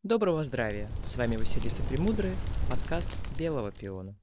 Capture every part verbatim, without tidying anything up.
Доброго здравия! С вами Василиса Премудрая, подкаст Белого пиона.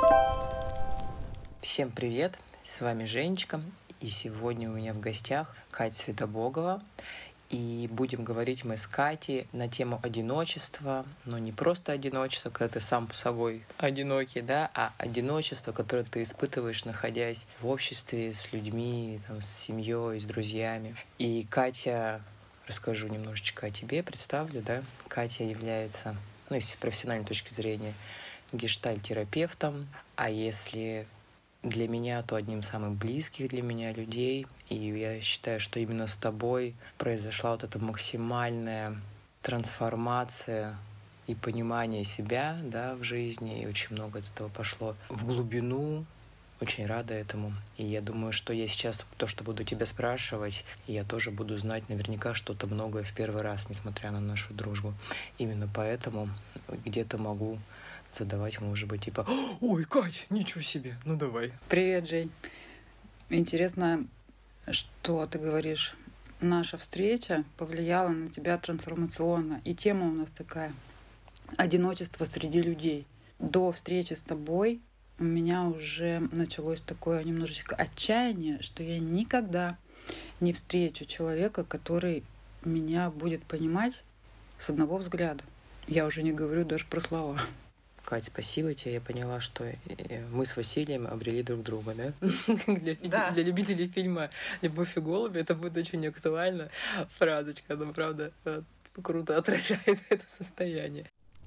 Всем привет! С вами Женечка, и сегодня у меня в гостях Катя Святобогова. И будем говорить мы с Катей на тему одиночества, но не просто одиночество, когда ты сам с собой одинокий, да, а одиночество, которое ты испытываешь, находясь в обществе с людьми, там, с семьей, с друзьями. И Катя, расскажу немножечко о тебе, представлю, да. Катя является, ну, с профессиональной точки зрения, гештальт-терапевтом, а если для меня, то одним из самых близких для меня людей. И я считаю, что именно с тобой произошла вот эта максимальная трансформация и понимание себя, да, в жизни. И очень много из этого пошло в глубину. Очень рада этому. И я думаю, что я сейчас то, что буду тебя спрашивать, я тоже буду знать наверняка что-то многое в первый раз, несмотря на нашу дружбу. Именно поэтому где-то могу задавать, может быть, типа «Ой, Кать, ничего себе, ну давай». Привет, Жень. Интересно, что ты говоришь. Наша встреча повлияла на тебя трансформационно. И тема у нас такая — одиночество среди людей. До встречи с тобой у меня уже началось такое немножечко отчаяние, что я никогда не встречу человека, который меня будет понимать с одного взгляда. Я уже не говорю даже про слова. Кать, спасибо тебе. Я поняла, что мы с Василием обрели друг друга, да? Для, Да. для любителей фильма «Любовь и голуби» это будет очень актуально. Фразочка, но правда круто отражает это состояние.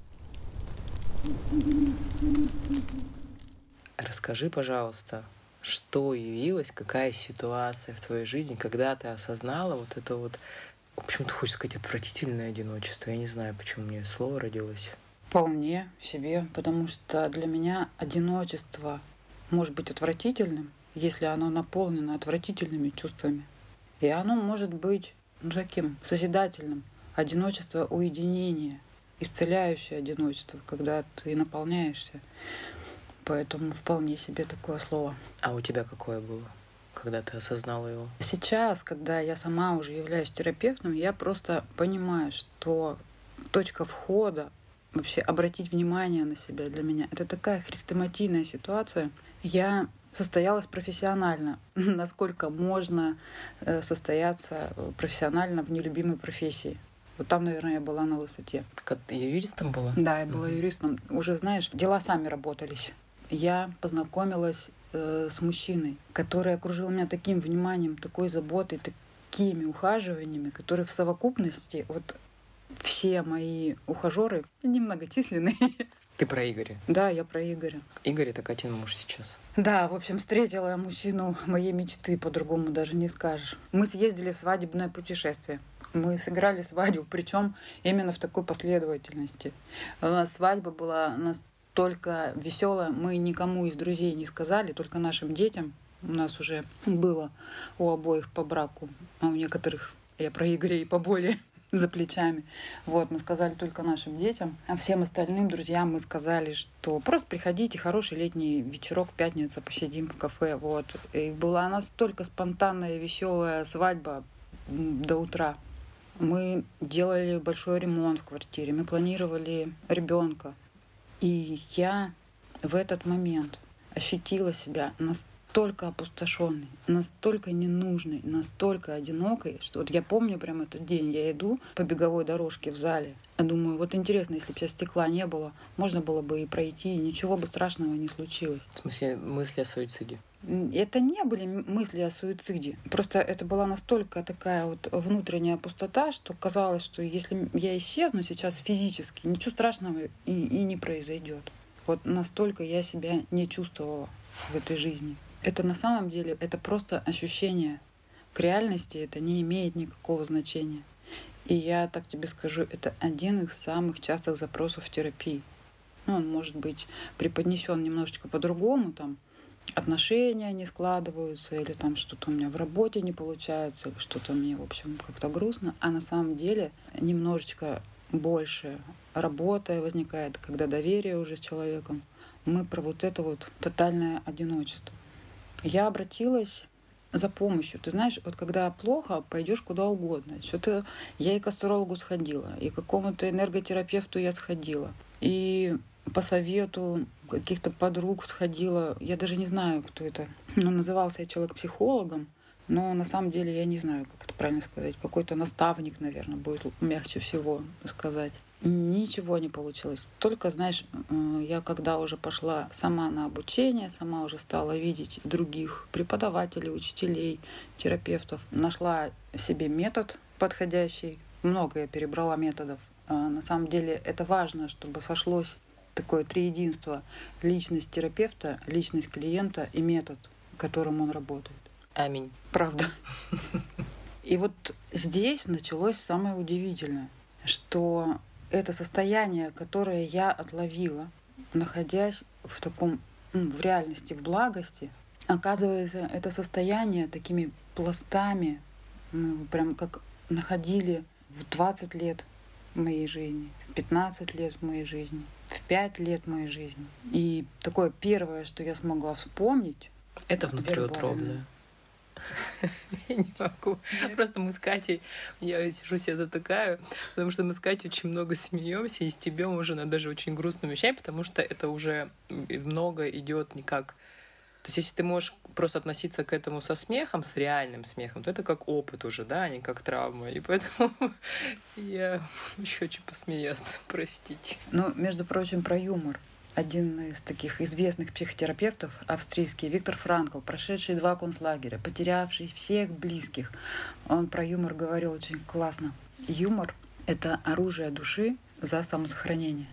Расскажи, пожалуйста, что явилось, какая ситуация в твоей жизни, когда ты осознала вот это вот, почему-то хочется сказать, отвратительное одиночество. Я не знаю, почему мне слово родилось. Вполне себе, потому что для меня одиночество может быть отвратительным, если оно наполнено отвратительными чувствами. И оно может быть ну, таким созидательным. Одиночество уединения, исцеляющее одиночество, когда ты наполняешься. Поэтому вполне себе такое слово. А у тебя какое было, когда ты осознала его? Сейчас, когда я сама уже являюсь терапевтом, я просто понимаю, что точка входа, вообще обратить внимание на себя для меня — это такая хрестоматийная ситуация. Я состоялась профессионально, насколько можно состояться профессионально в нелюбимой профессии. Вот там, наверное, я была на высоте. Так ты юристом была? Да, я была юристом. Уже, знаешь, дела сами работались. Я познакомилась э, с мужчиной, который окружил меня таким вниманием, такой заботой, такими ухаживаниями, которые в совокупности, вот все мои ухажеры немногочисленные. Ты про Игоря? Да, я про Игоря. Игорь — это Катин муж сейчас. Да, в общем, встретила я мужчину моей мечты, по-другому даже не скажешь. Мы съездили в свадебное путешествие. Мы сыграли свадьбу, причем именно в такой последовательности. У нас свадьба была настолько веселая, мы никому из друзей не сказали, только нашим детям. У нас уже было у обоих по браку, а у некоторых, я про Игоря и поболее, за плечами. Вот, мы сказали только нашим детям. А всем остальным друзьям мы сказали, что просто приходите, хороший летний вечерок, пятница, посидим в кафе. Вот. И была настолько спонтанная, веселая свадьба до утра. Мы делали большой ремонт в квартире, мы планировали ребенка. И я в этот момент ощутила себя настолько настолько опустошенной, настолько ненужной, настолько одинокой, что вот я помню прям этот день, я иду по беговой дорожке в зале, я думаю, вот интересно, если бы сейчас стекла не было, можно было бы и пройти, и ничего бы страшного не случилось. В смысле, мысли о суициде? Это не были мысли о суициде. Просто это была настолько такая вот внутренняя пустота, что казалось, что если я исчезну сейчас физически, ничего страшного и, и не произойдет. Вот настолько я себя не чувствовала в этой жизни. Это на самом деле, это просто ощущение. К реальности это не имеет никакого значения. И я так тебе скажу, это один из самых частых запросов в терапии. Ну, он может быть преподнесен немножечко по-другому, там отношения не складываются, или там что-то у меня в работе не получается, или что-то мне, в общем, как-то грустно. А на самом деле немножечко больше работа возникает, когда доверие уже с человеком. Мы про вот это вот тотальное одиночество. Я обратилась за помощью. Ты знаешь, вот когда плохо, пойдешь куда угодно. Что-то я и к астрологу сходила, и к какому-то энерготерапевту я сходила, и по совету каких-то подруг сходила. Я даже не знаю, кто это. Ну, назывался я человек психологом, но на самом деле я не знаю, как это правильно сказать. Какой-то наставник, наверное, будет мягче всего сказать. Ничего не получилось. Только, знаешь, я когда уже пошла сама на обучение, сама уже стала видеть других преподавателей, учителей, терапевтов, нашла себе метод подходящий. Много я перебрала методов. На самом деле это важно, чтобы сошлось такое триединство: личность терапевта, личность клиента и метод, которым он работает. Аминь. Правда. И вот здесь началось самое удивительное, что это состояние, которое я отловила, находясь в таком, ну, в реальности, в благости, оказывается, это состояние такими пластами мы прям как находили в двадцать лет моей жизни, в пятнадцать лет в моей жизни, в пять лет моей жизни. И такое первое, что я смогла вспомнить, это внутриутробное. Я не могу. Нет. Просто мы с Катей, я сижу себя затыкаю, потому что мы с Катей очень много смеемся и стебем уже над даже очень грустными вещами, потому что это уже много идет никак. То есть если ты можешь просто относиться к этому со смехом, с реальным смехом, то это как опыт уже, да, а не как травма. И поэтому я еще хочу посмеяться, простите. Ну, между прочим, про юмор. Один из таких известных психотерапевтов, австрийский, Виктор Франкл, прошедший два концлагеря, потерявший всех близких, он про юмор говорил очень классно. Юмор — это оружие души за самосохранение.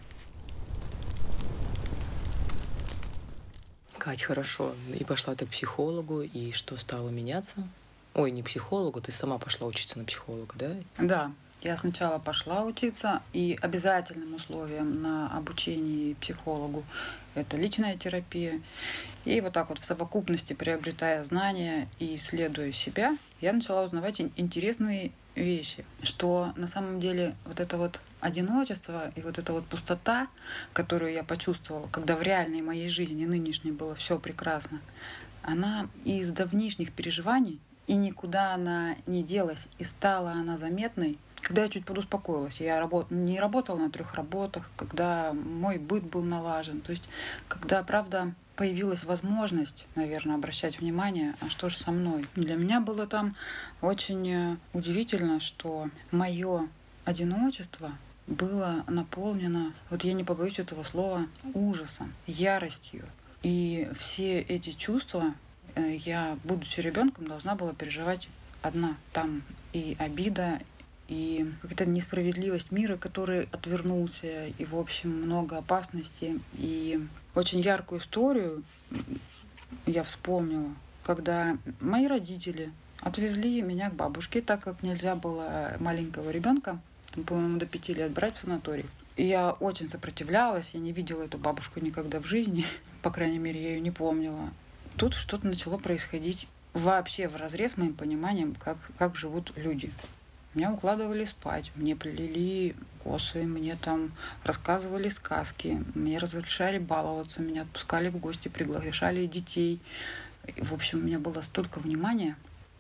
Кать, хорошо. И пошла ты к психологу, и что стало меняться? Ой, не психологу, ты сама пошла учиться на психолога, да? Да. Я сначала пошла учиться, и обязательным условием на обучении психологу это личная терапия. И вот так вот в совокупности, приобретая знания и исследуя себя, я начала узнавать интересные вещи, что на самом деле вот это вот одиночество и вот эта вот пустота, которую я почувствовала, когда в реальной моей жизни нынешней было все прекрасно, она из давнишних переживаний, и никуда она не делась, и стала она заметной, когда я чуть подуспокоилась. Я работ... не работала на трех работах, когда мой быт был налажен. То есть, когда, правда, появилась возможность, наверное, обращать внимание, а что же со мной. Для меня было там очень удивительно, что мое одиночество было наполнено, вот я не побоюсь этого слова, ужасом, яростью. И все эти чувства я, будучи ребенком, должна была переживать одна. Там и обида, и какая-то несправедливость мира, который отвернулся, и, в общем, много опасностей. И очень яркую историю я вспомнила, когда мои родители отвезли меня к бабушке, так как нельзя было маленького ребенка, по-моему, до пяти лет брать в санаторий. И я очень сопротивлялась, я не видела эту бабушку никогда в жизни, по крайней мере, я ее не помнила. Тут что-то начало происходить вообще вразрез с моим пониманием, как, как живут люди. Меня укладывали спать, мне плели косы, мне там рассказывали сказки, мне разрешали баловаться, меня отпускали в гости, приглашали детей. И, в общем, у меня было столько внимания.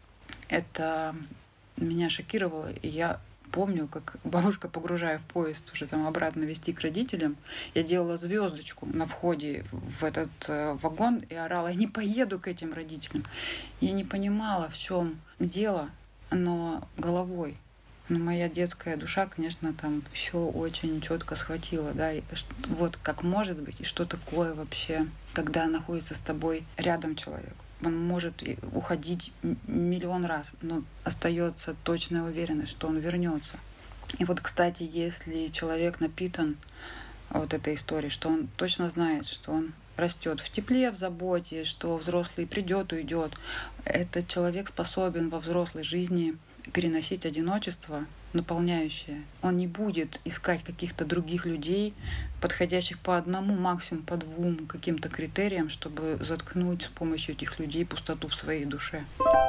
Это меня шокировало, и я помню, как бабушка, погружая в поезд, уже там обратно везти к родителям, я делала звездочку на входе в этот вагон и орала: я не поеду к этим родителям. Я не понимала, в чем дело, но головой. Но моя детская душа, конечно, там все очень четко схватила, да, и вот как может быть, и что такое вообще, когда находится с тобой рядом человек. Он может уходить миллион раз, но остается точная уверенность, что он вернется. И вот, кстати, если человек напитан вот этой историей, что он точно знает, что он растет в тепле, в заботе, что взрослый придет, уйдет, этот человек способен во взрослой жизни переносить одиночество, наполняющее. Он не будет искать каких-то других людей, подходящих по одному, максимум по двум каким-то критериям, чтобы заткнуть с помощью этих людей пустоту в своей душе.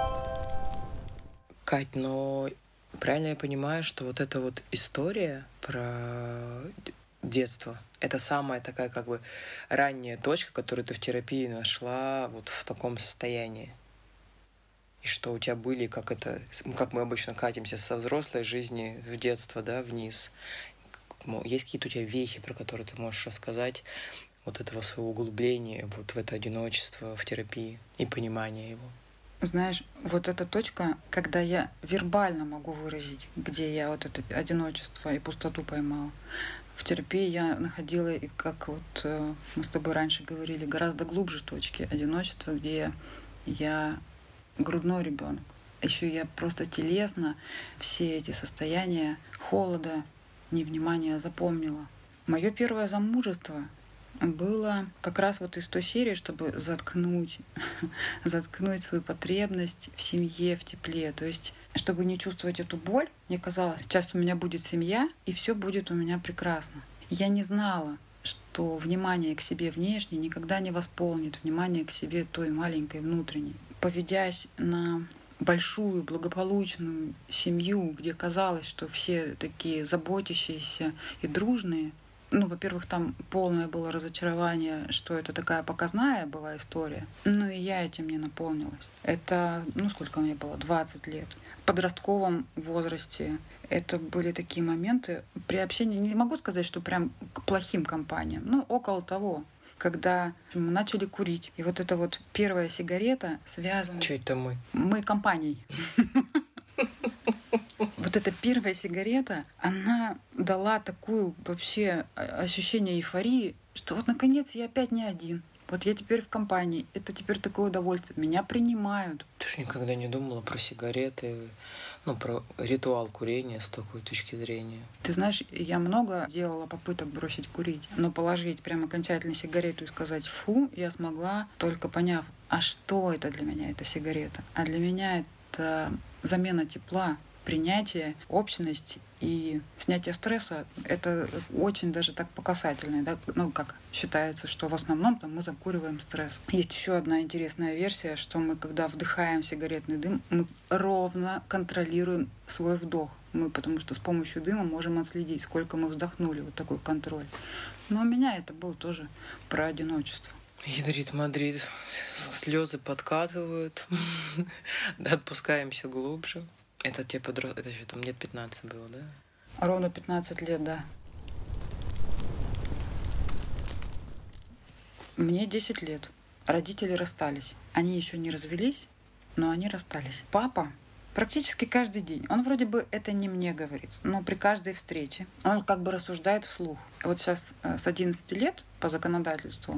Кать, но правильно я понимаю, что вот эта вот история про детство — это самая такая как бы ранняя точка, которую ты в терапии нашла вот в таком состоянии? И что у тебя были, как это, как мы обычно катимся со взрослой жизни в детство, да, вниз. Есть какие-то у тебя вехи, про которые ты можешь рассказать, вот этого своего углубления вот в это одиночество, в терапии и понимание его? Знаешь, вот эта точка, когда я вербально могу выразить, где я вот это одиночество и пустоту поймала. В терапии я находила, и как вот э, мы с тобой раньше говорили, гораздо глубже точки одиночества, где я грудной ребенок. Еще я просто телесно все эти состояния холода, невнимания запомнила. Мое первое замужество было как раз вот из той серии, чтобы заткнуть, заткнуть свою потребность в семье, в тепле. То есть, чтобы не чувствовать эту боль, мне казалось, сейчас у меня будет семья, и все будет у меня прекрасно. Я не знала, что внимание к себе внешне никогда не восполнит внимание к себе той маленькой внутренней. Поведясь на большую, благополучную семью, где казалось, что все такие заботящиеся и дружные, ну, во-первых, там полное было разочарование, что это такая показная была история. Ну, и я этим не наполнилась. Это, ну, сколько мне было? двадцать лет. В подростковом возрасте это были такие моменты при общении. Не могу сказать, что прям к плохим компаниям, но около того. Когда мы начали курить. И вот эта вот первая сигарета связана... Что это мы? Мы компанией. Вот эта первая сигарета, она дала такую вообще ощущение эйфории, что вот наконец я опять не один. Вот я теперь в компании. Это теперь такое удовольствие. Меня принимают. Ты же никогда не думала про сигареты, ну, про ритуал курения с такой точки зрения? Ты знаешь, я много делала попыток бросить курить, но положить прям окончательно сигарету и сказать «фу» я смогла, только поняв, а что это для меня, эта сигарета? А для меня это замена тепла, принятие, общность и снятие стресса. Это очень даже так по касательной, да? Ну, как считается, что в основном там мы закуриваем стресс. Есть еще одна интересная версия, что мы, когда вдыхаем сигаретный дым, мы ровно контролируем свой вдох. Мы, потому что с помощью дыма можем отследить, сколько мы вздохнули, вот такой контроль. Но у меня это было тоже про одиночество. Ядрит Мадрид, слезы подкатывают, отпускаемся глубже. Это тебе подрос... Это что, там лет пятнадцать было, да? Ровно пятнадцать лет, да. Мне десять лет. Родители расстались. Они еще не развелись, но они расстались. Папа практически каждый день, он вроде бы это не мне говорит, но при каждой встрече он как бы рассуждает вслух. Вот сейчас с одиннадцати лет по законодательству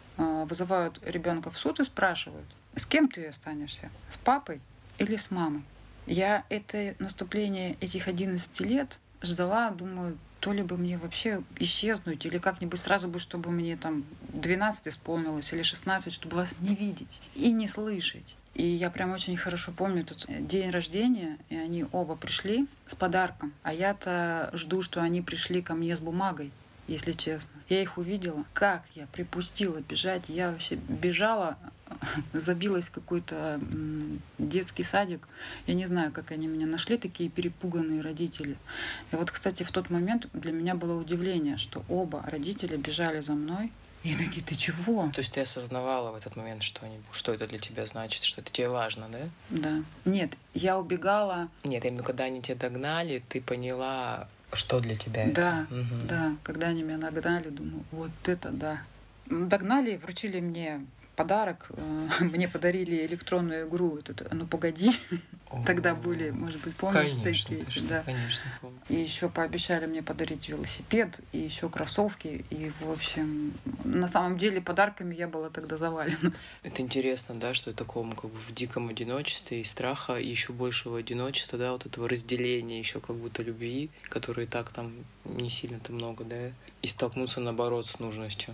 вызывают ребенка в суд и спрашивают, с кем ты останешься, с папой или с мамой? Я это наступление этих одиннадцати лет ждала, думаю, то ли бы мне вообще исчезнуть, или как-нибудь сразу бы, чтобы мне там двенадцать исполнилось, или шестнадцать, чтобы вас не видеть и не слышать. И я прям очень хорошо помню этот день рождения, и они оба пришли с подарком. А я-то жду, что они пришли ко мне с бумагой, если честно. Я их увидела. Как я припустила бежать. Я вообще бежала, забилась в какой-то детский садик. Я не знаю, как они меня нашли, такие перепуганные родители. И вот, кстати, в тот момент для меня было удивление, что оба родителя бежали за мной. И такие, ты чего? То есть ты осознавала в этот момент, что, они, что это для тебя значит, что это тебе важно, да? Да. Нет, я убегала. Нет, именно когда они тебя догнали, ты поняла, что для тебя да, это. Угу. Да, когда они меня нагнали, думаю, вот это да. Догнали, вручили мне подарок. Мне подарили электронную игру. Этот, ну погоди. О, Тогда были, может быть, помнишь, конечно, такие? Что, да. Конечно, помню. И еще пообещали мне подарить велосипед, и еще кроссовки. И, в общем, на самом деле подарками я была тогда завалена. Это интересно, да, что такому как бы в диком одиночестве и страха, и еще большего одиночества, да, вот этого разделения, еще как будто любви, которой так там не сильно-то много, да, и столкнуться наоборот с нужностью.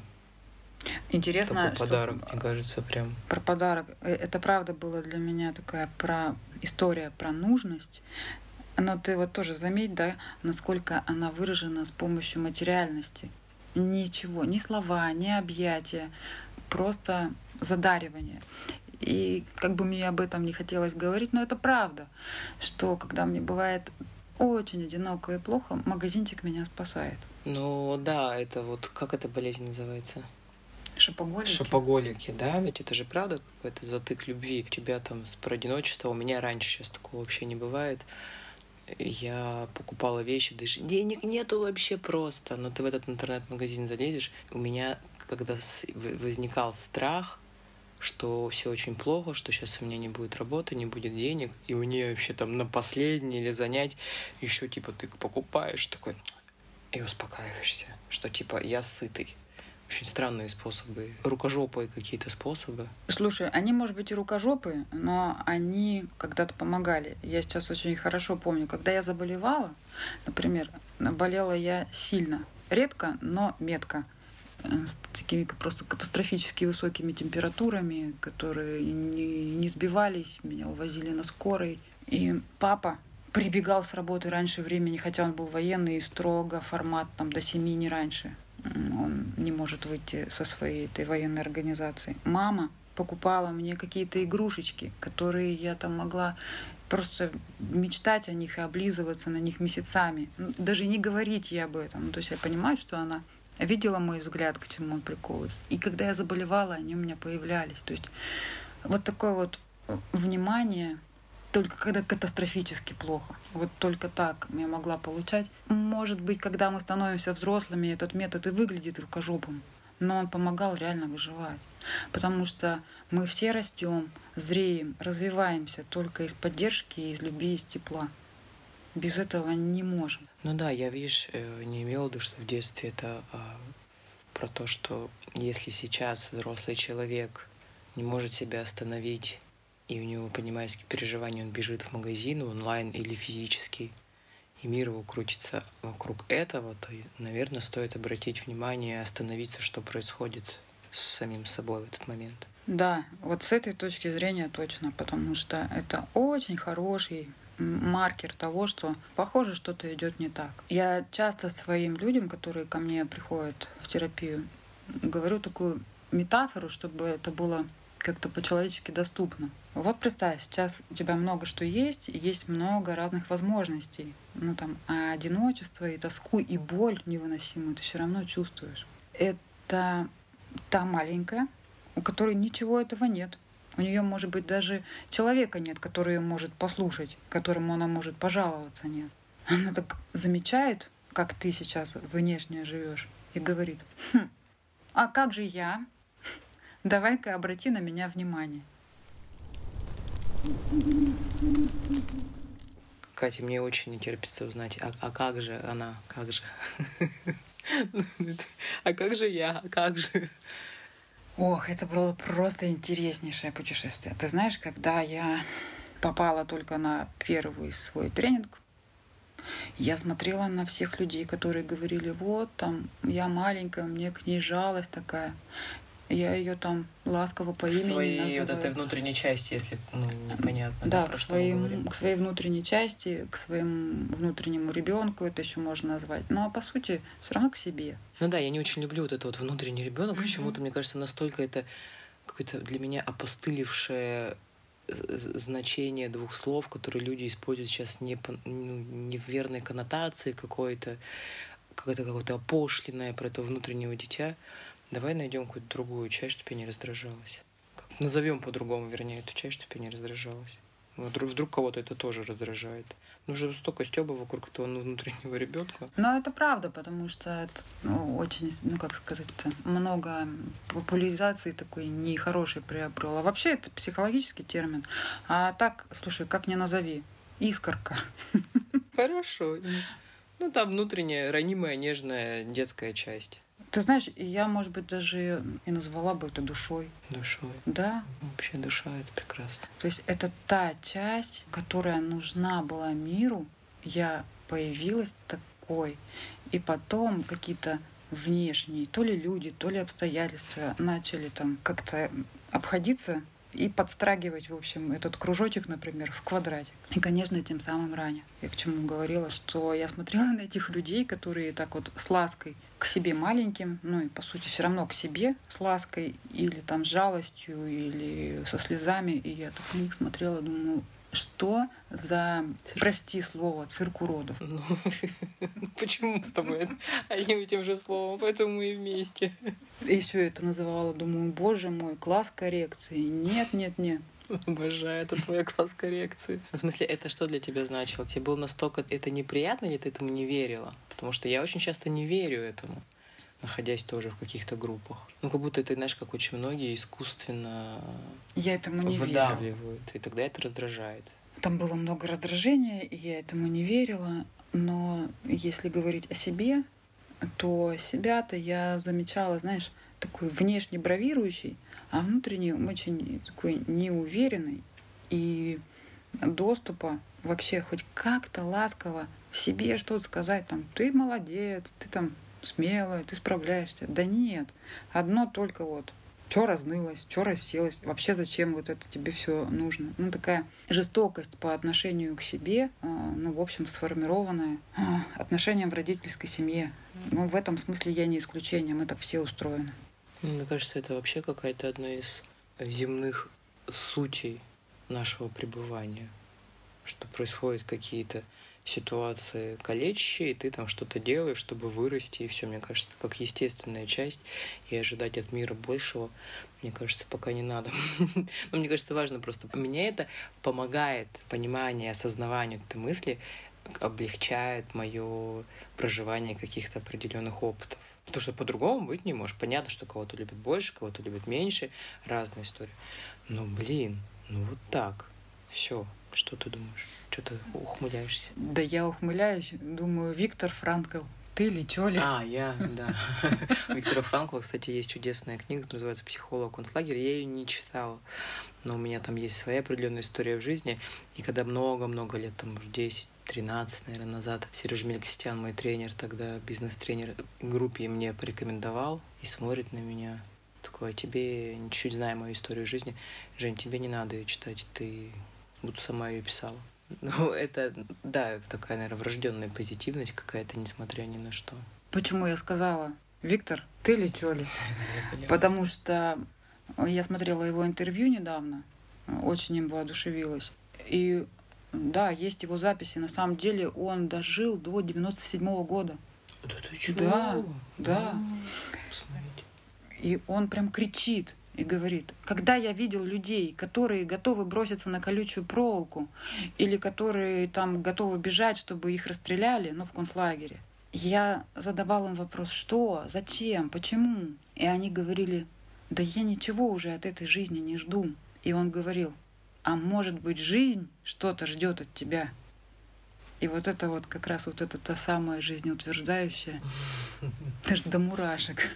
Интересно, такой подарок, что мне кажется, прям. Про подарок. Это правда было для меня такая про история про нужность. Но ты вот тоже заметь, да, насколько она выражена с помощью материальности. Ничего, ни слова, ни объятия, просто задаривание. И как бы мне об этом не хотелось говорить, но это правда, что когда мне бывает очень одиноко и плохо, магазинчик меня спасает. Ну да, это вот как эта болезнь называется? Шопоголики. Шопоголики, да, ведь это же правда какой-то затык любви. У тебя там с про одиночество, у меня раньше сейчас такого вообще не бывает. Я покупала вещи, даже денег нету вообще просто. Но ты в этот интернет-магазин залезешь. У меня, когда возникал страх, что все очень плохо, что сейчас у меня не будет работы, не будет денег, и мне вообще там на последнее или занять еще типа ты покупаешь такой и успокаиваешься, что типа я сытый. Очень странные способы, рукожопые какие-то способы. Слушай, они, может быть, и рукожопые, но они когда-то помогали. Я сейчас очень хорошо помню, когда я заболевала, например, болела я сильно, редко, но метко, с такими просто катастрофически высокими температурами, которые не, не сбивались, меня увозили на скорой. И папа прибегал с работы раньше времени, хотя он был военный, и строго формат там, до семи, не раньше. Он не может выйти со своей этой военной организации. Мама покупала мне какие-то игрушечки, которые я там могла просто мечтать о них и облизываться на них месяцами. Даже не говорить ей об этом. То есть я понимаю, что она видела мой взгляд, к чему он приковывается. И когда я заболевала, они у меня появлялись. То есть вот такое вот внимание, только когда катастрофически плохо. Вот только так я могла получать. Может быть, когда мы становимся взрослыми, этот метод и выглядит рукожопом, но он помогал реально выживать. Потому что мы все растем, зреем, развиваемся только из поддержки, из любви, из тепла. Без этого не можем. Ну да, я, видишь, не имела в виду, что в детстве это а, про то, что если сейчас взрослый человек не может себя остановить, и у него, понимаешь, какие переживания, он бежит в магазин онлайн или физический, и мир его крутится вокруг этого, то, наверное, стоит обратить внимание и остановиться, что происходит с самим собой в этот момент. Да, вот с этой точки зрения точно, потому что это очень хороший маркер того, что, похоже, что-то идет не так. Я часто своим людям, которые ко мне приходят в терапию, говорю такую метафору, чтобы это было как-то по-человечески доступно. Вот представь, сейчас у тебя много что есть, и есть много разных возможностей. Ну там, а одиночество и тоску, и боль невыносимую ты все равно чувствуешь. Это та маленькая, у которой ничего этого нет. У нее, может быть, даже человека нет, который ее может послушать, которому она может пожаловаться, нет. Она так замечает, как ты сейчас внешне живешь, и говорит: хм, а как же я? Давай-ка обрати на меня внимание. Катя, мне очень не терпится узнать, а, а как же она, как же? А как же я, а как же? Ох, это было просто интереснейшее путешествие. Ты знаешь, когда я попала только на первый свой тренинг, я смотрела на всех людей, которые говорили: вот там я маленькая, мне к ней жалость такая. Я ее там ласково по имени своей называю. вот этой внутренней части, если ну, непонятно, да, да, к, про что своим, мы говорим. к своей внутренней части, к своему внутреннему ребенку это еще можно назвать. Но по сути все равно к себе. Ну да, я не очень люблю вот это вот внутренний ребенок. Mm-hmm. Почему-то, мне кажется, настолько это какое-то для меня опостылевшее значение двух слов, которые люди используют сейчас не, по, ну, не в верной коннотации какой-то, какое-то какое-то опошленное про это внутреннего дитя. Давай найдем какую-то другую часть, чтобы я не раздражалась. Назовем по-другому, вернее, эту часть, чтобы я не раздражалась. Ну, вдруг, вдруг кого-то это тоже раздражает. Ну, уже столько стёба вокруг этого внутреннего ребенка. Но это правда, потому что это ну, очень, ну как сказать-то, много популяризации такой нехорошей приобрел. А вообще это психологический термин. А так, слушай, как ни назови, искорка. Хорошо. Ну, там внутренняя, ранимая, нежная детская часть. Ты знаешь, я, может быть, даже и назвала бы это душой. Душой. Да. Вообще душа — это прекрасно. То есть это та часть, которая нужна была миру. Я появилась такой. И потом какие-то внешние, то ли люди, то ли обстоятельства начали там как-то обходиться и подстрагивать, в общем, этот кружочек, например, в квадратик. И, конечно, тем самым ранее. Я к чему говорила, что я смотрела на этих людей, которые так вот с лаской к себе маленьким, ну и, по сути, все равно к себе с лаской или там с жалостью, или со слезами. И я так на них смотрела, думаю, Что за, прости слово, цирк уродов? Ну, почему мы с тобой одним и тем же словом, поэтому мы и вместе. Еще это называла, думаю, боже мой, класс коррекции. Нет, нет, нет. Обожаю, это твой класс коррекции. В смысле, это что для тебя значило? Тебе было настолько это неприятно, или ты этому не верила? Потому что я очень часто не верю этому, находясь тоже в каких-то группах. Ну, как будто это, знаешь, как очень многие искусственно я этому не выдавливают, верю. И тогда это раздражает. Там было много раздражения, и я этому не верила. Но если говорить о себе, то себя-то я замечала, знаешь, такой внешне бравирующий, а внутренне очень такой неуверенный. И доступа вообще хоть как-то ласково себе что-то сказать, там, ты молодец, ты там смелая, ты справляешься. Да нет, одно только вот. Чё разнылась, чё расселась, вообще зачем вот это тебе все нужно? Ну, такая жестокость по отношению к себе, ну, в общем, сформированная отношением в родительской семье. Ну, в этом смысле я не исключение, мы так все устроены. Мне кажется, это вообще какая-то одна из земных сутей нашего пребывания, что происходят какие-то ситуации калечащие, и ты там что-то делаешь, чтобы вырасти, и все, мне кажется, как естественная часть, и ожидать от мира большего, мне кажется, пока не надо. Но мне кажется, важно просто. Мне это помогает, понимание, осознавание этой мысли, облегчает мое проживание каких-то определенных опытов. Потому что по-другому быть не может. Понятно, что кого-то любят больше, кого-то любят меньше, разные истории. Но, блин, ну вот так. Все. Что ты думаешь? Что ты ухмыляешься? Да я ухмыляюсь. Думаю, Виктор Франкл. Ты ли, чё ли? А, я, да. Виктора Франкла, кстати, есть чудесная книга, называется «Психолог концлагеря». Я ее не читала, но у меня там есть своя определенная история в жизни. И когда много-много лет, там, уже десять-тринадцать, наверное, назад, Сережа Мелькостян, мой тренер, тогда бизнес-тренер группе, мне порекомендовал и смотрит на меня. Такой, а тебе, чуть зная мою историю жизни, Жень, тебе не надо ее читать, ты будто сама ее писала. Ну, это, да, такая, наверное, врожденная позитивность какая-то, несмотря ни на что. Почему я сказала, Виктор, ты ли, чё ли? Потому что я смотрела его интервью недавно, очень им воодушевилась. И да, есть его записи. На самом деле он дожил до девяносто седьмого года. Да ты чего? Да, да. Посмотрите. И он прям кричит и говорит, когда я видел людей, которые готовы броситься на колючую проволоку, или которые там готовы бежать, чтобы их расстреляли, ну, в концлагере, я задавал им вопрос, что, зачем, почему? И они говорили, да я ничего уже от этой жизни не жду. И он говорил, а может быть, жизнь что-то ждет от тебя. И вот это вот как раз вот это та самая жизнеутверждающая, даже до мурашек.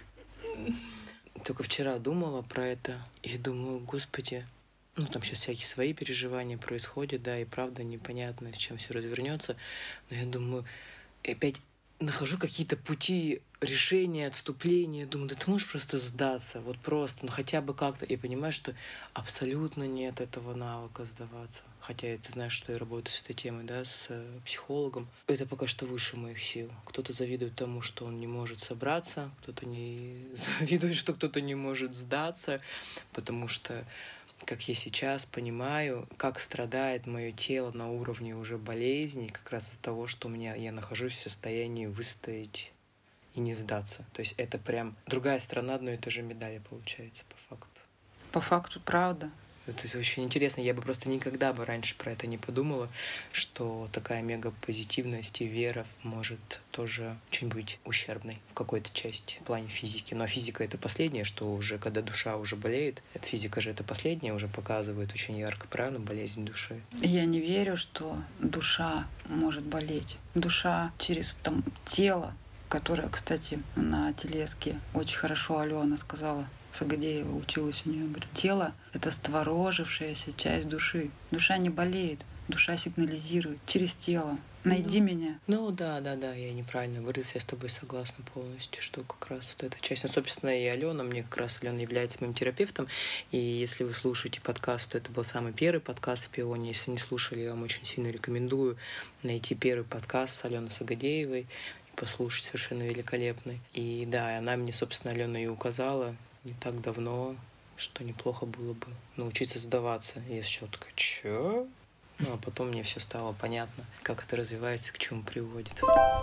Только вчера думала про это и думаю, господи, ну там сейчас всякие свои переживания происходят, да, и правда непонятно, с чем все развернется. Но я думаю, опять нахожу какие-то пути решения, отступления. Думаю, да ты можешь просто сдаться, вот просто, ну хотя бы как-то. И понимаю, что абсолютно нет этого навыка сдаваться. Хотя ты знаешь, что я работаю с этой темой, да, с психологом. Это пока что выше моих сил. Кто-то завидует тому, что он не может собраться, кто-то не завидует, что кто-то не может сдаться, потому что как я сейчас понимаю, как страдает мое тело на уровне уже болезней, как раз из-за того, что у меня я нахожусь в состоянии выстоять и не сдаться. То есть это прям другая сторона одной и той же медали получается по факту. По факту, правда. Это очень интересно. Я бы просто никогда бы раньше про это не подумала, что такая мега-позитивность и вера может тоже очень быть ущербной в какой-то части в плане физики. Но физика — это последнее, что уже, когда душа уже болеет, эта физика же это последнее уже показывает очень ярко, правильно, болезнь души. Я не верю, что душа может болеть. Душа через там тело, которое, кстати, на телеске очень хорошо Алена сказала, Сагадеева училась у нее, говорит, тело — это створожившаяся часть души. Душа не болеет, душа сигнализирует через тело. Найди ну, меня. Ну да, да, да, я неправильно выразилась, я с тобой согласна полностью, что как раз вот эта часть. Ну, собственно, и Алена, мне как раз Алена является моим терапевтом, и если вы слушаете подкаст, то это был самый первый подкаст в Пионе. Если не слушали, я вам очень сильно рекомендую найти первый подкаст с Аленой Сагадеевой и послушать, совершенно великолепный. И да, она мне, собственно, Алена и указала не так давно, что неплохо было бы научиться сдаваться. Я сначала такая, чё? Ну, а потом мне все стало понятно, как это развивается, к чему приводит.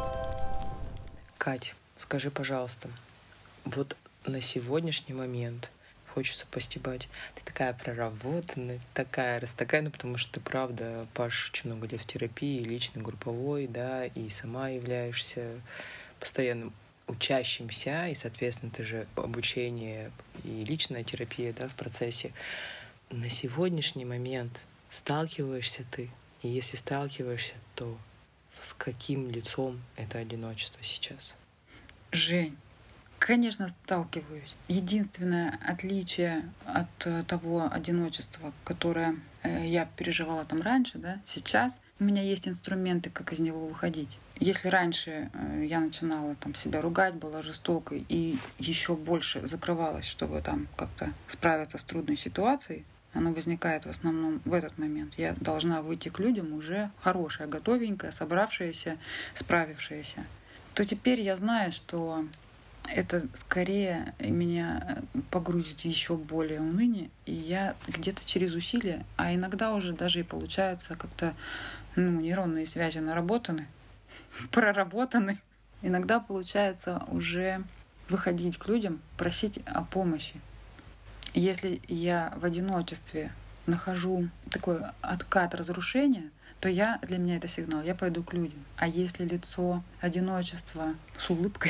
Кать, скажи, пожалуйста, вот на сегодняшний момент хочется постебать. Ты такая проработанная, такая, раз такая, ну, потому что ты, правда, Паш очень много лет в терапии, личной, групповой, да, и сама являешься постоянным учащимся, и, соответственно, ты же обучение и личная терапия, да, в процессе. На сегодняшний момент сталкиваешься ты? И если сталкиваешься, то с каким лицом это одиночество сейчас? Жень, конечно, сталкиваюсь. Единственное отличие от э, того одиночества, которое э, я переживала там раньше, да, сейчас у меня есть инструменты, как из него выходить. Если раньше э, я начинала там себя ругать, была жестокой и еще больше закрывалась, чтобы там как-то справиться с трудной ситуацией, оно возникает в основном в этот момент. Я должна выйти к людям уже хорошая, готовенькая, собравшаяся, справившаяся. То теперь я знаю, что это скорее меня погрузит в еще более уныние, и я где-то через усилия, а иногда уже даже и получается как-то, ну, нейронные связи наработаны, проработаны. Иногда получается уже выходить к людям, просить о помощи. Если я в одиночестве нахожу такой откат разрушения, то я, для меня это сигнал, я пойду к людям. А если лицо одиночества с улыбкой,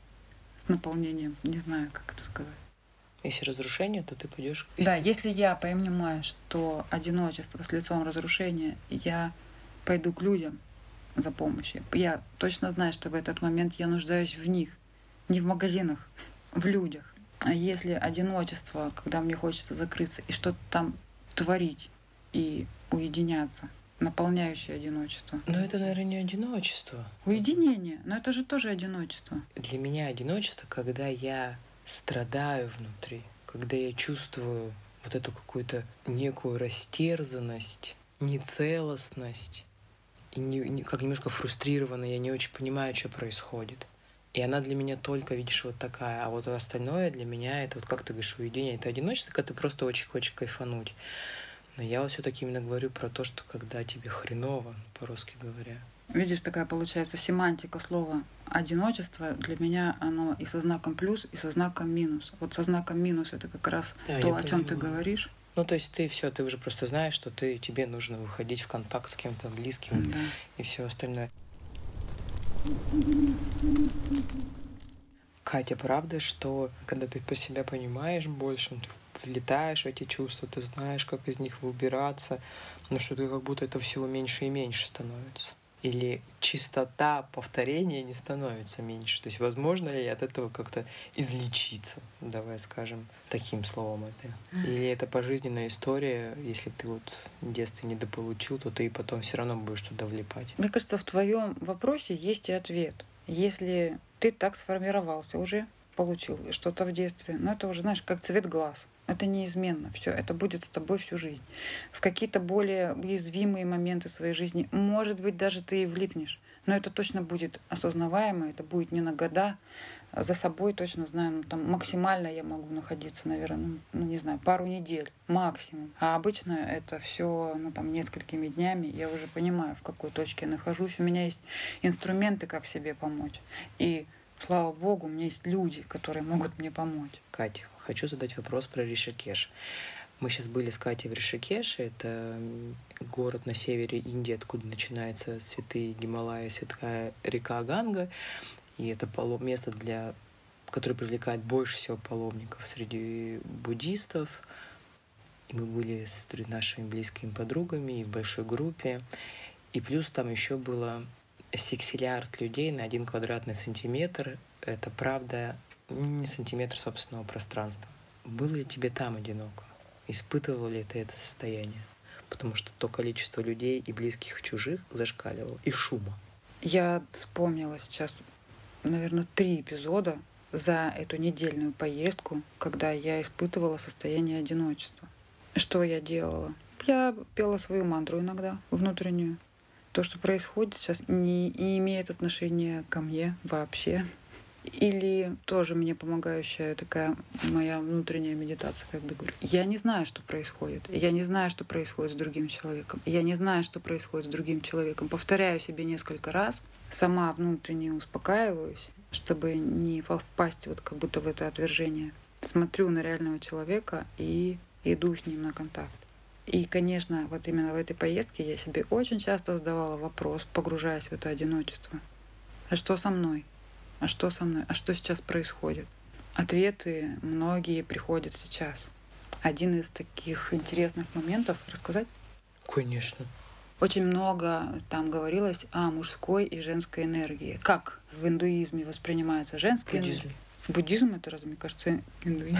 с наполнением, не знаю, как это сказать. Если разрушение, то ты пойдешь. Да, если я понимаю, что одиночество с лицом разрушения, я пойду к людям за помощью. Я точно знаю, что в этот момент я нуждаюсь в них, не в магазинах, в людях. А если одиночество, когда мне хочется закрыться и что-то там творить и уединяться, наполняющее одиночество. Но это, наверное, не одиночество. Уединение, но это же тоже одиночество. Для меня одиночество, когда я страдаю внутри, когда я чувствую вот эту какую-то некую растерзанность, нецелостность, и не, не, как немножко фрустрированно, я не очень понимаю, что происходит. И она для меня только, видишь, вот такая. А вот остальное для меня это, вот как ты говоришь, уединение. Это одиночество, когда ты просто очень хочешь кайфануть. Но я вот все-таки именно говорю про то, что когда тебе хреново, по-русски говоря. Видишь, такая получается семантика слова одиночество. Для меня оно и со знаком плюс, и со знаком минус. Вот со знаком минус это как раз Да, то, о чем ты говоришь. Ну, то есть ты все, ты уже просто знаешь, что ты, тебе нужно выходить в контакт с кем-то близким, Да. И все остальное. Катя, правда, что когда ты по себя понимаешь больше, ты влетаешь в эти чувства, ты знаешь, как из них выбираться, но что ты как будто это всего меньше и меньше становится? Или частота повторения не становится меньше? То есть возможно ли от этого как-то излечиться? Давай скажем таким словом это. Или это пожизненная история, если ты вот в детстве недополучил, то ты и потом все равно будешь туда влипать? Мне кажется, в твоем вопросе есть и ответ. Если ты так сформировался уже, получил что-то в детстве, но это уже, знаешь, как цвет глаз. Это неизменно. Все, это будет с тобой всю жизнь. В какие-то более уязвимые моменты своей жизни, может быть, даже ты и влипнешь. Но это точно будет осознаваемо, это будет не на года. За собой точно знаю, ну, там максимально я могу находиться, наверное, ну, ну не знаю, пару недель максимум. А обычно это все, ну там несколькими днями я уже понимаю, в какой точке я нахожусь. У меня есть инструменты, как себе помочь. И слава богу, у меня есть люди, которые могут мне помочь. Катя, хочу задать вопрос про Ришикеш. Мы сейчас были с Катей в Ришикеше. Это город на севере Индии, откуда начинается святые Гималаи, святая река Ганга. И это место, для, которое привлекает больше всего паломников среди буддистов. И мы были с нашими близкими подругами и в большой группе. И плюс там еще было сексиллиард людей на один квадратный сантиметр. Это, правда, не сантиметр собственного пространства. Было ли тебе там одиноко? Испытывал ли ты это состояние? Потому что то количество людей и близких, и чужих зашкаливало. И шума. Я вспомнила сейчас, наверное, три эпизода за эту недельную поездку, когда я испытывала состояние одиночества. Что я делала? Я пела свою мантру иногда, внутреннюю. То, что происходит сейчас, не, не имеет отношения ко мне вообще. Или тоже мне помогающая такая моя внутренняя медитация, когда говорю, я не знаю, что происходит. Я не знаю, что происходит с другим человеком. Я не знаю, что происходит с другим человеком. Повторяю себе несколько раз, сама внутренне успокаиваюсь, чтобы не впасть вот как будто в это отвержение. Смотрю на реального человека и иду с ним на контакт. И, конечно, вот именно в этой поездке я себе очень часто задавала вопрос, погружаясь в это одиночество. А что со мной? А что со мной? А что сейчас происходит? Ответы многие приходят сейчас. Один из таких интересных моментов рассказать? Конечно. Очень много там говорилось о мужской и женской энергии. Как в индуизме воспринимается женская Буддизм. энергия? Буддизм это разве, мне кажется, индуизм?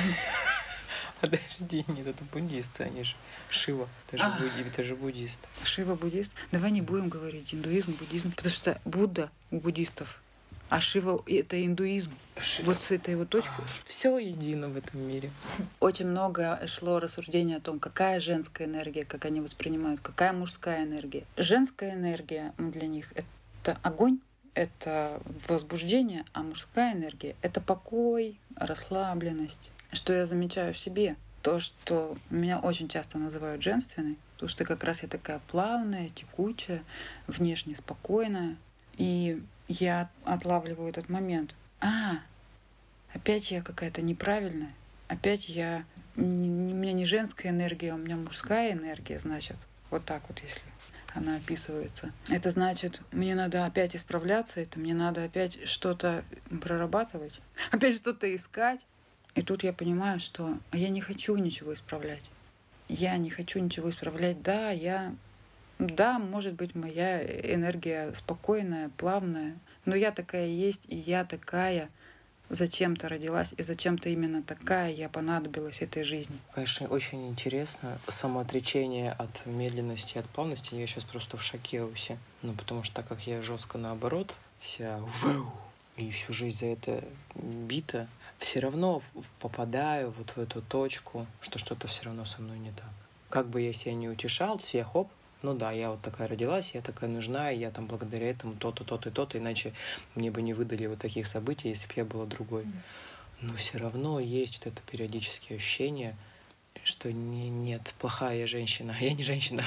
Подожди, нет, это буддисты, они же Шива, это же, А. будди, это же буддист. Шива буддист? Давай не будем говорить индуизм, буддизм, потому что Будда у буддистов, а Шива — это индуизм. Шива. Вот с этой вот точки. Все едино в этом мире. Очень много шло рассуждений о том, какая женская энергия, как они воспринимают, какая мужская энергия. Женская энергия для них — это огонь, это возбуждение, а мужская энергия — это покой, расслабленность. Что я замечаю в себе? То, что меня очень часто называют женственной, потому что как раз я такая плавная, текучая, внешне спокойная. И я отлавливаю этот момент. А, опять я какая-то неправильная. Опять я... У меня не женская энергия, у меня мужская энергия, значит. Вот так вот, если она описывается. Это значит, мне надо опять исправляться, это мне надо опять что-то прорабатывать, опять что-то искать. И тут я понимаю, что я не хочу ничего исправлять. Я не хочу ничего исправлять. Да, я... Да, может быть, моя энергия спокойная, плавная, но я такая есть, и я такая зачем-то родилась, и зачем-то именно такая я понадобилась этой жизни. Конечно, очень интересно. Самоотречение от медленности, от плавности. Я сейчас просто в шоке у себя. Ну, потому что так как я жестко наоборот, вся вау, и всю жизнь за это бита, все равно попадаю вот в эту точку, что что-то все равно со мной не так. Как бы я себя не утешал, то я хоп, ну да, я вот такая родилась, я такая нужна, и я там благодаря этому то-то, то-то и то-то, иначе мне бы не выдали вот таких событий, если бы я была другой. Но все равно есть вот это периодическое ощущение, что не, нет, плохая я женщина, а я не женщина.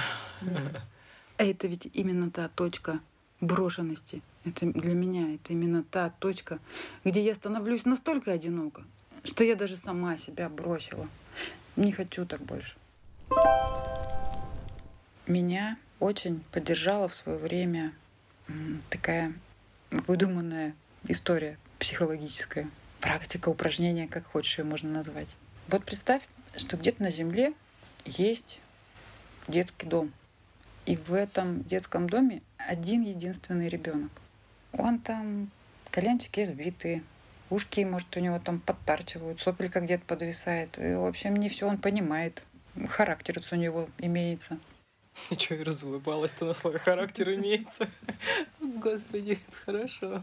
А это ведь именно та точка брошенности. Это для меня это именно та точка, где я становлюсь настолько одиноко, что я даже сама себя бросила. Не хочу так больше. Меня очень поддержала в свое время такая выдуманная история психологическая. Практика, упражнение, как хочешь ее можно назвать. Вот представь, что где-то на Земле есть детский дом. И в этом детском доме один единственный ребенок. Он там коленчики сбитые, ушки, может, у него там подтарчивают, сопелька где-то подвисает. И, в общем, не все он понимает. Характер у него имеется. Ничего, я разулыбалась-то на слово «характер имеется». Господи, хорошо.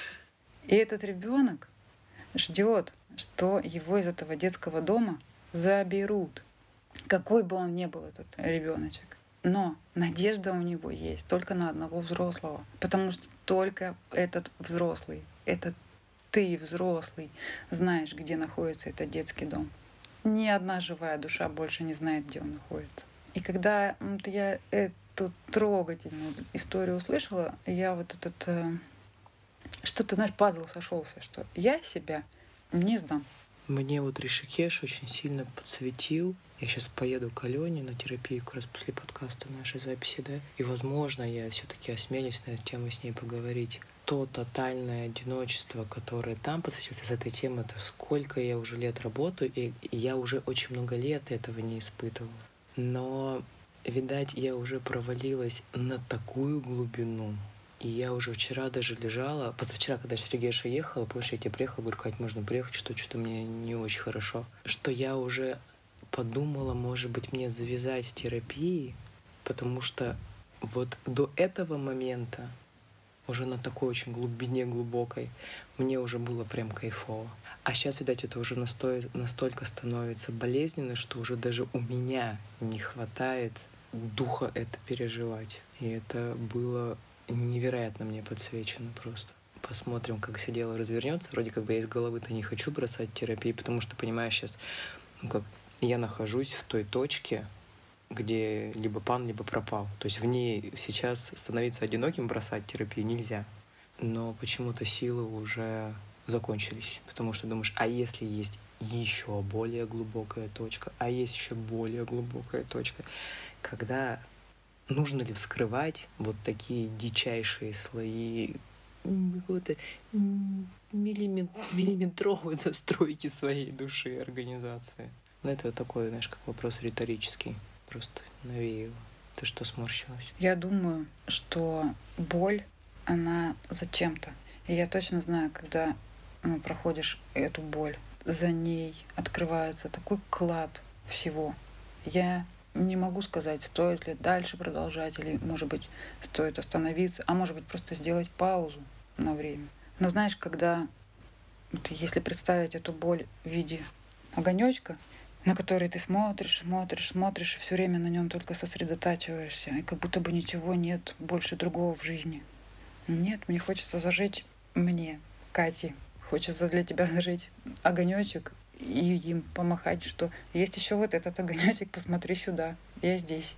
И этот ребенок ждет, что его из этого детского дома заберут. Какой бы он ни был, этот ребеночек. Но надежда у него есть только на одного взрослого. Потому что только этот взрослый, это ты, взрослый, знаешь, где находится этот детский дом. Ни одна живая душа больше не знает, где он находится. И когда я эту трогательную историю услышала, я вот этот... э, что-то, знаешь, пазл сошелся, что я себя не сдам. Мне вот Ришикеш очень сильно подсветил. Я сейчас поеду к Алене на терапию как раз после подкаста нашей записи, да, и, возможно, я все-таки осмелюсь на эту тему с ней поговорить. То тотальное одиночество, которое там посвятился с этой темой, это сколько я уже лет работаю, и я уже очень много лет этого не испытывала. Но, видать, я уже провалилась на такую глубину. И я уже вчера даже лежала, позавчера, когда Сергеша ехала, позже я тебе приехала, говорю, Кать, можно приехать, что что-то мне не очень хорошо. Что я уже подумала, может быть, мне завязать с терапией, потому что вот до этого момента, уже на такой очень глубине глубокой, мне уже было прям кайфово. А сейчас, видать, это уже насто... настолько становится болезненно, что уже даже у меня не хватает духа это переживать. И это было невероятно мне подсвечено просто. Посмотрим, как все дело развернется. Вроде как бы я из головы-то не хочу бросать терапию, потому что, понимаешь, сейчас ну, как я нахожусь в той точке, где либо пан, либо пропал. То есть в ней сейчас становиться одиноким, бросать терапию нельзя. Но почему-то силы уже закончились. Потому что думаешь, а если есть еще более глубокая точка, а есть еще более глубокая точка, когда нужно ли вскрывать вот такие дичайшие слои какой-то миллиметровой застройки своей души и организации? Ну, это такой, знаешь, как вопрос риторический. Просто навеяло. Ты что, сморщилась? Я думаю, что боль, она зачем-то. И я точно знаю, когда ну, проходишь эту боль, за ней открывается такой клад всего. Я не могу сказать, стоит ли дальше продолжать, или, может быть, стоит остановиться, а может быть, просто сделать паузу на время. Но знаешь, когда, вот, если представить эту боль в виде огонечка, на который ты смотришь, смотришь, смотришь, и все время на нем только сосредотачиваешься, и как будто бы ничего нет больше другого в жизни. Нет, мне хочется зажечь мне, Кате, хочется для тебя зажечь огонечек и им помахать, что есть еще вот этот огонечек, посмотри сюда, я здесь.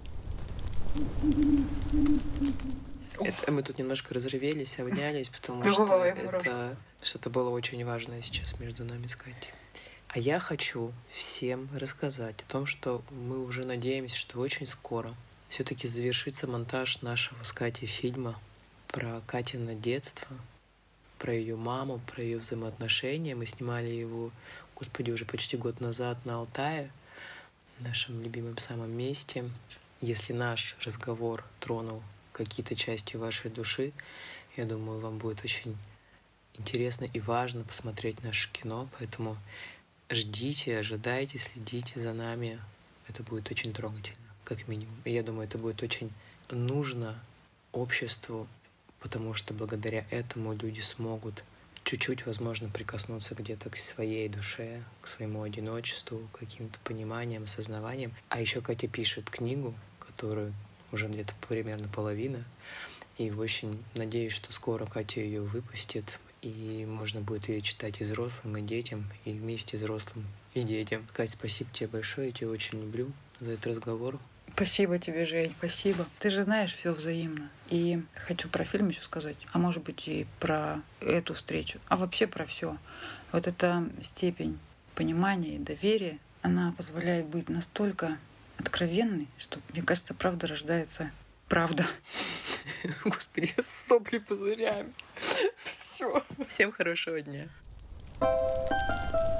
Это мы тут немножко разревелись, обнялись, потому что это что-то было очень важное сейчас между нами с Катей. А я хочу всем рассказать о том, что мы уже надеемся, что очень скоро все-таки завершится монтаж нашего с Катей фильма про Катино детство, про ее маму, про ее взаимоотношения. Мы снимали его, господи, уже почти год назад на Алтае, в нашем любимом самом месте. Если наш разговор тронул какие-то части вашей души, я думаю, вам будет очень интересно и важно посмотреть наше кино, поэтому ждите, ожидайте, следите за нами. Это будет очень трогательно, как минимум. И я думаю, это будет очень нужно обществу, потому что благодаря этому люди смогут чуть-чуть, возможно, прикоснуться где-то к своей душе, к своему одиночеству, к каким-то пониманиям, осознаваниям. А еще Катя пишет книгу, которую уже где-то примерно половина. И очень надеюсь, что скоро Катя ее выпустит, и можно будет ее читать и взрослым, и детям, и вместе взрослым и детям. Катя, спасибо тебе большое, я тебя очень люблю за этот разговор. Спасибо тебе, Жень, спасибо. Ты же знаешь, все взаимно. И хочу про фильм еще сказать, а может быть и про эту встречу, а вообще про все. Вот эта степень понимания и доверия, она позволяет быть настолько откровенной, что, мне кажется, правда рождается правда. Господи, сопли пузырями. Все. Всем хорошего дня.